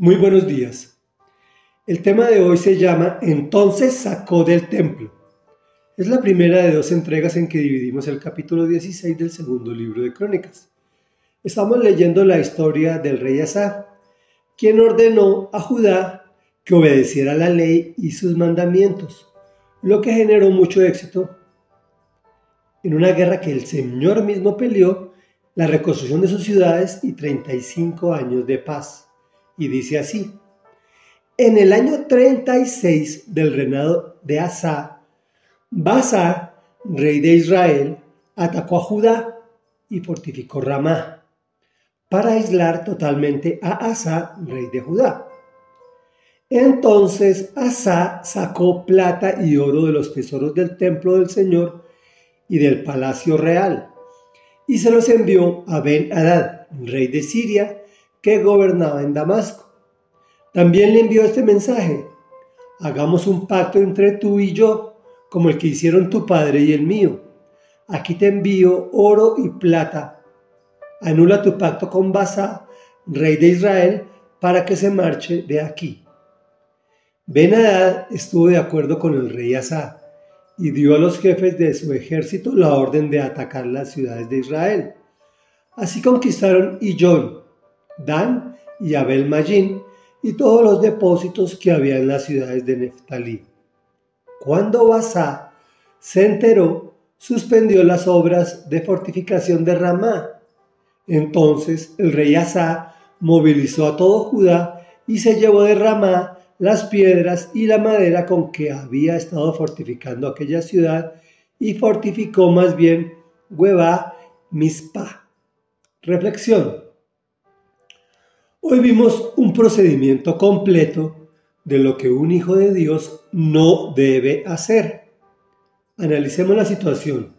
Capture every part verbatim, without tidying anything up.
Muy buenos días. El tema de hoy se llama Entonces sacó del templo. Es la primera de dos entregas en que dividimos el capítulo dieciséis del segundo libro de Crónicas. Estamos leyendo la historia del rey Asa, quien ordenó a Judá que obedeciera la ley y sus mandamientos, lo que generó mucho éxito en una guerra que el Señor mismo peleó, la reconstrucción de sus ciudades y treinta y cinco años de paz. Y dice así: en el año treinta y seis del reinado de Asa, Baasa, rey de Israel, atacó a Judá y fortificó Ramá para aislar totalmente a Asa, rey de Judá. Entonces Asa sacó plata y oro de los tesoros del templo del Señor y del palacio real, y se los envió a Ben-Hadad, rey de Siria, que gobernaba en Damasco. También le envió este mensaje: hagamos un pacto entre tú y yo, como el que hicieron tu padre y el mío. Aquí te envío oro y plata. Anula tu pacto con Baasa, rey de Israel, para que se marche de aquí. Ben-Hadad estuvo de acuerdo con el rey Asa y dio a los jefes de su ejército la orden de atacar las ciudades de Israel. Así conquistaron Iyón, Dan y Abel Mayín y todos los depósitos que había en las ciudades de Neftalí. Cuando Baasa se enteró, suspendió las obras de fortificación de Ramá. Entonces el rey Asa movilizó a todo Judá y se llevó de Ramá las piedras y la madera con que había estado fortificando aquella ciudad y fortificó más bien Gebá Mizpah. Reflexión. Hoy vimos un procedimiento completo de lo que un hijo de Dios no debe hacer. Analicemos la situación.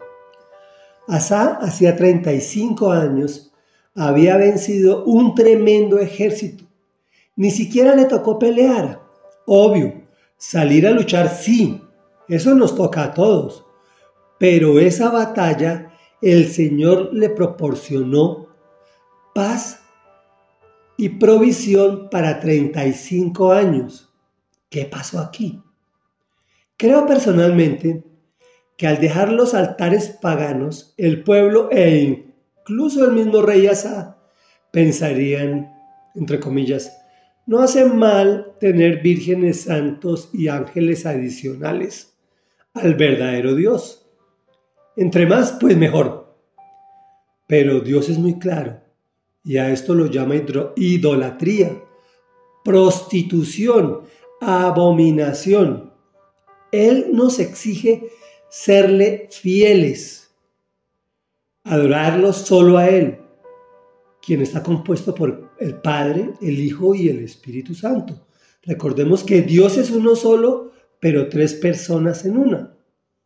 Asa hacía treinta y cinco años había vencido un tremendo ejército. Ni siquiera le tocó pelear. Obvio, salir a luchar sí, eso nos toca a todos. Pero esa batalla el Señor le proporcionó paz y provisión para treinta y cinco años. ¿Qué pasó aquí? Creo personalmente que al dejar los altares paganos, el pueblo e incluso el mismo rey Asa pensarían, entre comillas, no hace mal tener vírgenes santos y ángeles adicionales al verdadero Dios. Entre más, pues mejor. Pero Dios es muy claro. Y a esto lo llama idolatría, prostitución, abominación. Él nos exige serle fieles, adorarlo solo a Él, quien está compuesto por el Padre, el Hijo y el Espíritu Santo. Recordemos que Dios es uno solo, pero tres personas en una.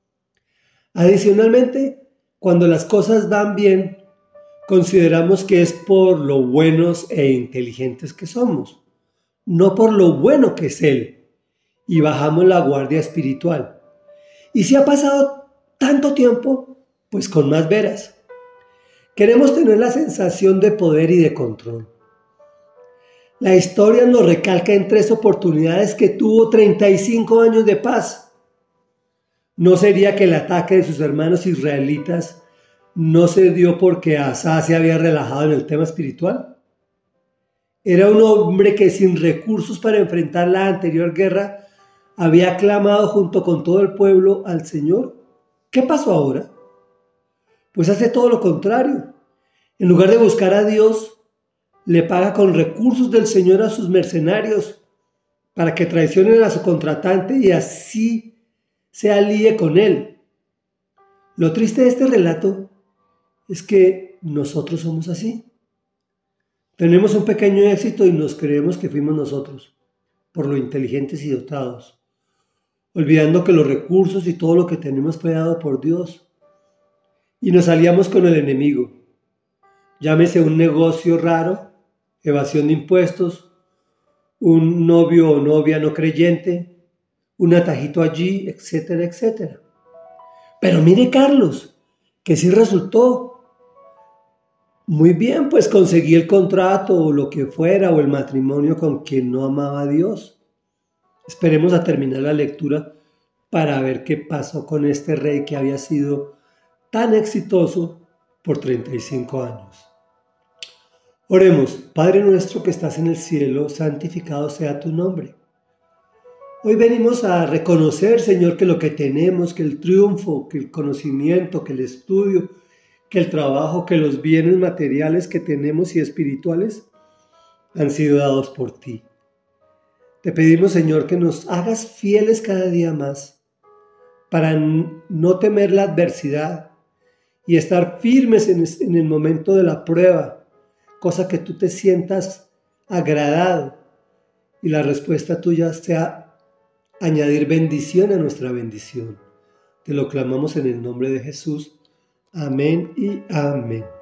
Adicionalmente, cuando las cosas van bien, consideramos que es por lo buenos e inteligentes que somos, no por lo bueno que es Él, y bajamos la guardia espiritual. Y si ha pasado tanto tiempo, pues con más veras. Queremos tener la sensación de poder y de control. La historia nos recalca en tres oportunidades que tuvo treinta y cinco años de paz. ¿No sería que el ataque de sus hermanos israelitas no se dio porque Asa se había relajado en el tema espiritual? Era un hombre que sin recursos para enfrentar la anterior guerra había clamado junto con todo el pueblo al Señor. ¿Qué pasó ahora? Pues hace todo lo contrario. En lugar de buscar a Dios, le paga con recursos del Señor a sus mercenarios para que traicionen a su contratante y así se alíe con él. Lo triste de este relato es que nosotros somos así. Tenemos un pequeño éxito y nos creemos que fuimos nosotros, por lo inteligentes y dotados, olvidando que los recursos y todo lo que tenemos fue dado por Dios. Y nos aliamos con el enemigo. Llámese un negocio raro, evasión de impuestos, un novio o novia no creyente, un atajito allí, etcétera, etcétera. Pero mire Carlos, que sí resultó. Muy bien, pues conseguí el contrato o lo que fuera, o el matrimonio con quien no amaba a Dios. Esperemos a terminar la lectura para ver qué pasó con este rey que había sido tan exitoso por treinta y cinco años. Oremos. Padre nuestro que estás en el cielo, santificado sea tu nombre. Hoy venimos a reconocer, Señor, que lo que tenemos, que el triunfo, que el conocimiento, que el estudio, que el trabajo, que los bienes materiales que tenemos y espirituales han sido dados por ti. Te pedimos, Señor, que nos hagas fieles cada día más para no temer la adversidad y estar firmes en el momento de la prueba, cosa que tú te sientas agradado y la respuesta tuya sea añadir bendición a nuestra bendición. Te lo clamamos en el nombre de Jesús. Amén y amén.